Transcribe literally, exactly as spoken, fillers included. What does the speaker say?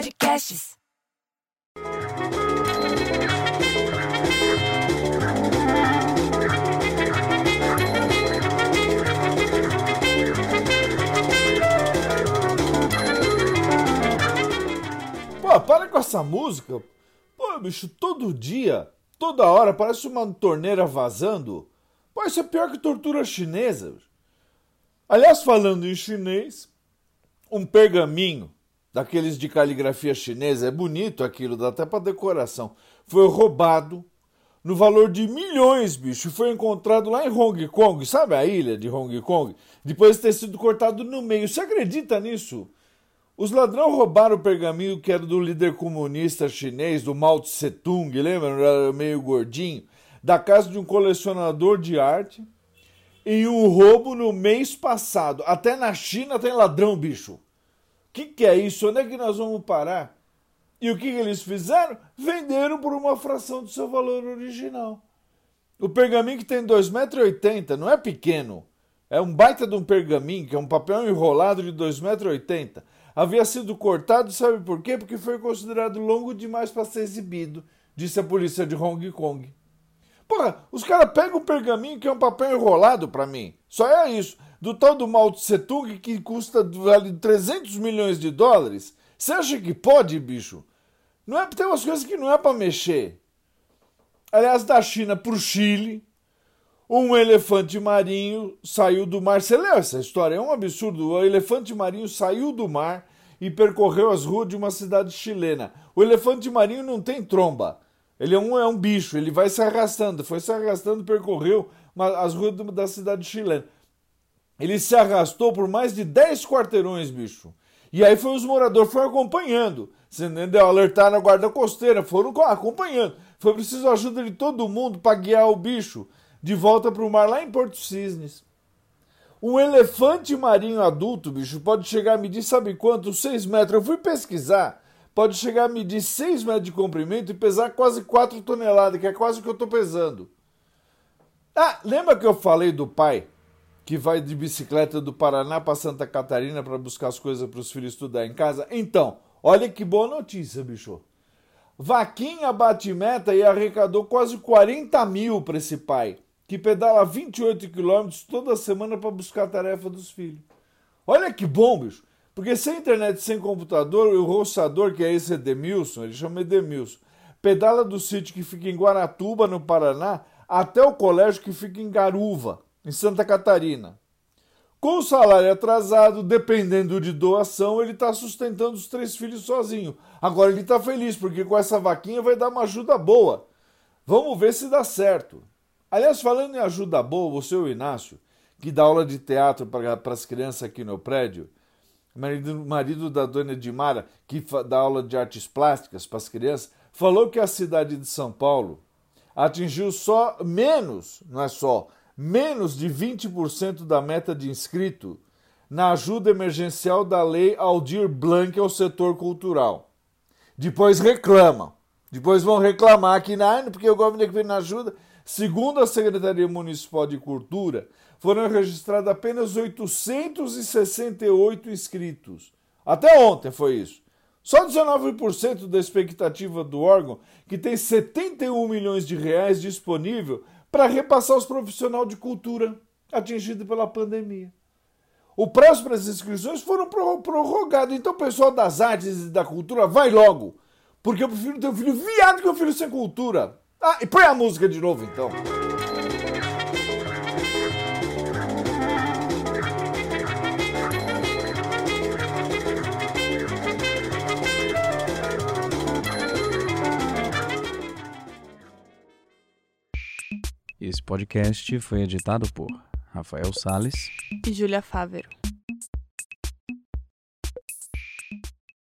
Podcasts. Pô, para com essa música. Pô, bicho, todo dia, toda hora, parece uma torneira vazando. Pô, isso é pior que tortura chinesa. Aliás, falando em chinês, um pergaminho daqueles de caligrafia chinesa, é bonito aquilo, dá até pra decoração, foi roubado no valor de milhões, bicho, foi encontrado lá em Hong Kong, sabe a ilha de Hong Kong? Depois de ter sido cortado no meio. Você acredita nisso? Os ladrões roubaram o pergaminho que era do líder comunista chinês, do Mao Tse Tung, lembra? Era meio gordinho, da casa de um colecionador de arte, em um roubo no mês passado. Até na China tem ladrão, bicho. O que, que é isso? Onde é que nós vamos parar? E o que, que eles fizeram? Venderam por uma fração do seu valor original. O pergaminho que tem dois metros e oitenta, não é pequeno. É um baita de um pergaminho, que é um papel enrolado de dois metros e oitenta. Havia sido cortado, sabe por quê? Porque foi considerado longo demais para ser exibido, disse a polícia de Hong Kong. Porra, os caras pegam um pergaminho que é um papel enrolado pra mim. Só é isso. Do tal do Mao Tse Tung que custa vale trezentos milhões de dólares. Você acha que pode, bicho? Não é, tem umas coisas que não é pra mexer. Aliás, da China pro Chile, um elefante marinho saiu do mar. Você leu essa história? É um absurdo. O elefante marinho saiu do mar e percorreu as ruas de uma cidade chilena. O elefante marinho não tem tromba. Ele é um, é um bicho, ele vai se arrastando, foi se arrastando, percorreu uma, as ruas da cidade chilena. Ele se arrastou por mais de dez quarteirões, bicho. E aí foi os moradores, foram acompanhando, você entendeu? Alertaram a guarda costeira, foram acompanhando. Foi preciso a ajuda de todo mundo para guiar o bicho de volta para o mar, lá em Porto Cisnes. Um elefante marinho adulto, bicho, pode chegar a medir, sabe quanto? seis metros. Eu fui pesquisar. Pode chegar a medir seis metros de comprimento e pesar quase quatro toneladas, que é quase o que eu estou pesando. Ah, lembra que eu falei do pai que vai de bicicleta do Paraná para Santa Catarina para buscar as coisas para os filhos estudar em casa? Então, olha que boa notícia, bicho. Vaquinha bate meta e arrecadou quase quarenta mil para esse pai, que pedala vinte e oito quilômetros toda semana para buscar a tarefa dos filhos. Olha que bom, bicho. Porque sem internet, sem computador, o roçador, que é esse Edemilson, ele chama Edemilson, pedala do sítio que fica em Guaratuba, no Paraná, até o colégio que fica em Garuva, em Santa Catarina. Com o salário atrasado, dependendo de doação, ele está sustentando os três filhos sozinho. Agora ele está feliz, porque com essa vaquinha vai dar uma ajuda boa. Vamos ver se dá certo. Aliás, falando em ajuda boa, você, o Inácio, que dá aula de teatro para as crianças aqui no prédio, Marido, marido da dona Edmara, que dá aula de artes plásticas para as crianças, falou que a cidade de São Paulo atingiu só menos, não é só, menos de vinte por cento da meta de inscrito na ajuda emergencial da lei Aldir Blanc ao setor cultural. Depois reclamam. Depois vão reclamar que não, porque o governo que não ajuda. Segundo a Secretaria Municipal de Cultura, foram registrados apenas oitocentos e sessenta e oito inscritos. Até ontem foi isso. Só dezenove por cento da expectativa do órgão, que tem setenta e um milhões de reais disponível para repassar aos profissionais de cultura atingidos pela pandemia. O prazo para as inscrições foram prorrogados. Então o pessoal das artes e da cultura vai logo. Porque eu prefiro ter um filho viado que um filho sem cultura. Ah, e põe a música de novo então. Esse podcast foi editado por Rafael Sales e Júlia Fávero.